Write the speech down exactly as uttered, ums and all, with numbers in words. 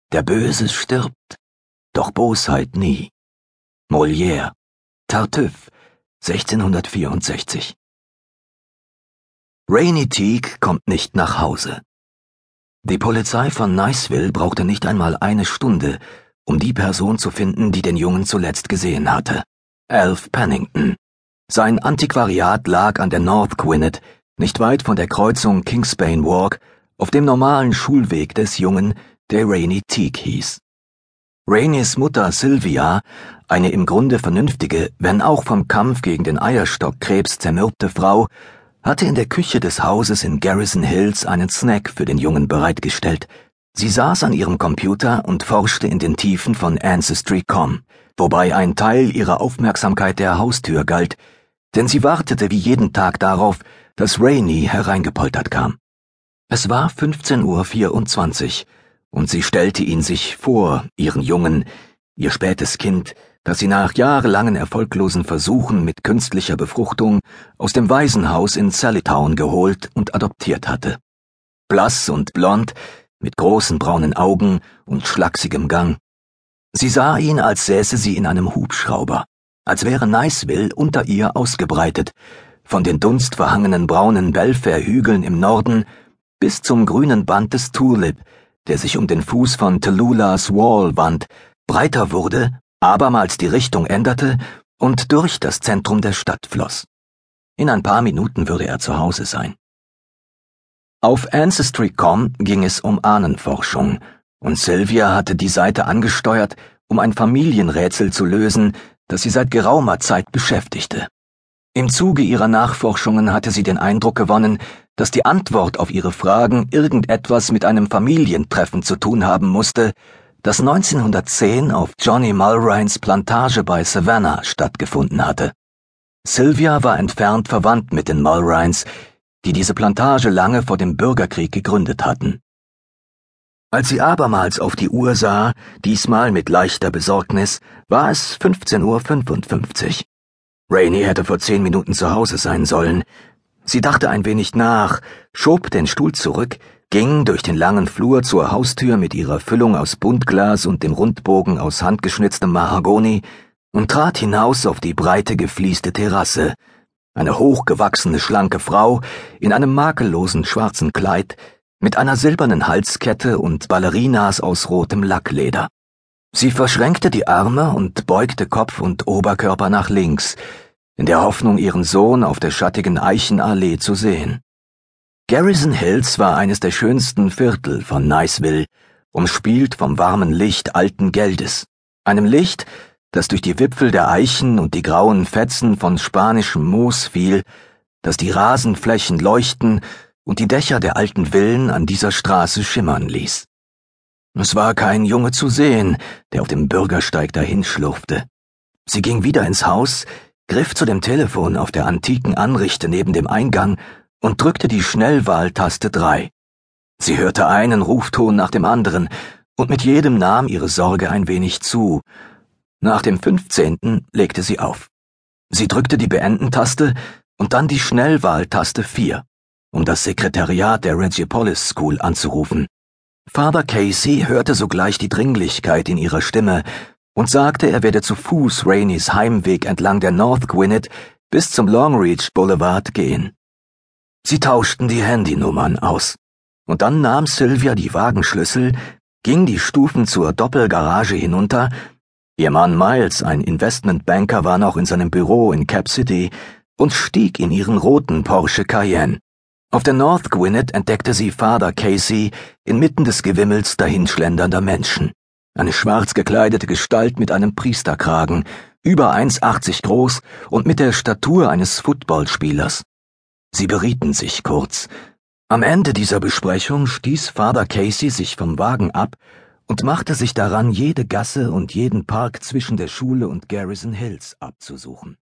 Der Böse stirbt, doch Bosheit nie. Molière, Tartuffe, sechzehnhundertvierundsechzig. Rainy Teague kommt nicht nach Hause. Die Polizei von Niceville brauchte nicht einmal eine Stunde, um die Person zu finden, die den Jungen zuletzt gesehen hatte. Alf Pennington. Sein Antiquariat lag an der North Gwinnett, nicht weit von der Kreuzung Kingsbane Walk, auf dem normalen Schulweg des Jungen, der Rainy Teague hieß. Rainys Mutter Sylvia, eine im Grunde vernünftige, wenn auch vom Kampf gegen den Eierstockkrebs zermürbte Frau, hatte in der Küche des Hauses in Garrison Hills einen Snack für den Jungen bereitgestellt. Sie saß an ihrem Computer und forschte in den Tiefen von Ancestry Punkt com, wobei ein Teil ihrer Aufmerksamkeit der Haustür galt, denn sie wartete wie jeden Tag darauf, dass Rainy hereingepoltert kam. Es war fünfzehn Uhr vierundzwanzig und sie stellte ihn sich vor, ihren Jungen, ihr spätes Kind, das sie nach jahrelangen erfolglosen Versuchen mit künstlicher Befruchtung aus dem Waisenhaus in Sallytown geholt und adoptiert hatte. Blass und blond, mit großen braunen Augen und schlachsigem Gang. Sie sah ihn, als säße sie in einem Hubschrauber, als wäre Niceville unter ihr ausgebreitet, von den dunstverhangenen braunen Belfair-Hügeln im Norden bis zum grünen Band des Tulip, der sich um den Fuß von Tallulahs Wall wand, breiter wurde, abermals die Richtung änderte und durch das Zentrum der Stadt floss. In ein paar Minuten würde er zu Hause sein. Auf Ancestry Punkt com ging es um Ahnenforschung, und Sylvia hatte die Seite angesteuert, um ein Familienrätsel zu lösen, das sie seit geraumer Zeit beschäftigte. Im Zuge ihrer Nachforschungen hatte sie den Eindruck gewonnen, dass die Antwort auf ihre Fragen irgendetwas mit einem Familientreffen zu tun haben musste, das neunzehnhundertzehn auf Johnny Mulrynes Plantage bei Savannah stattgefunden hatte. Sylvia war entfernt verwandt mit den Mulrynes, die diese Plantage lange vor dem Bürgerkrieg gegründet hatten. Als sie abermals auf die Uhr sah, diesmal mit leichter Besorgnis, war es fünfzehn Uhr fünfundfünfzig. Rainy hätte vor zehn Minuten zu Hause sein sollen. Sie dachte ein wenig nach, schob den Stuhl zurück, ging durch den langen Flur zur Haustür mit ihrer Füllung aus Buntglas und dem Rundbogen aus handgeschnitztem Mahagoni und trat hinaus auf die breite geflieste Terrasse. Eine hochgewachsene, schlanke Frau in einem makellosen schwarzen Kleid mit einer silbernen Halskette und Ballerinas aus rotem Lackleder. Sie verschränkte die Arme und beugte Kopf und Oberkörper nach links, in der Hoffnung, ihren Sohn auf der schattigen Eichenallee zu sehen. Garrison Hills war eines der schönsten Viertel von Niceville, umspielt vom warmen Licht alten Geldes, einem Licht, das durch die Wipfel der Eichen und die grauen Fetzen von spanischem Moos fiel, das die Rasenflächen leuchten und die Dächer der alten Villen an dieser Straße schimmern ließ. Es war kein Junge zu sehen, der auf dem Bürgersteig dahinschlurfte. Sie ging wieder ins Haus, griff zu dem Telefon auf der antiken Anrichte neben dem Eingang und drückte die Schnellwahltaste drei. Sie hörte einen Rufton nach dem anderen, und mit jedem nahm ihre Sorge ein wenig zu. Nach dem fünfzehnten legte sie auf. Sie drückte die Beenden-Taste und dann die Schnellwahltaste vier, um das Sekretariat der Regiopolis School anzurufen. Father Casey hörte sogleich die Dringlichkeit in ihrer Stimme und sagte, er werde zu Fuß Rainys Heimweg entlang der North Gwinnett bis zum Longreach Boulevard gehen. Sie tauschten die Handynummern aus, und dann nahm Sylvia die Wagenschlüssel, ging die Stufen zur Doppelgarage hinunter. Ihr Mann Miles, ein Investmentbanker, war noch in seinem Büro in Cap City und stieg in ihren roten Porsche Cayenne. Auf der North Gwinnett entdeckte sie Father Casey inmitten des Gewimmels dahinschlendernder Menschen. Eine schwarz gekleidete Gestalt mit einem Priesterkragen, über eins achtzig groß und mit der Statur eines Footballspielers. Sie berieten sich kurz. Am Ende dieser Besprechung stieß Father Casey sich vom Wagen ab und machte sich daran, jede Gasse und jeden Park zwischen der Schule und Garrison Hills abzusuchen.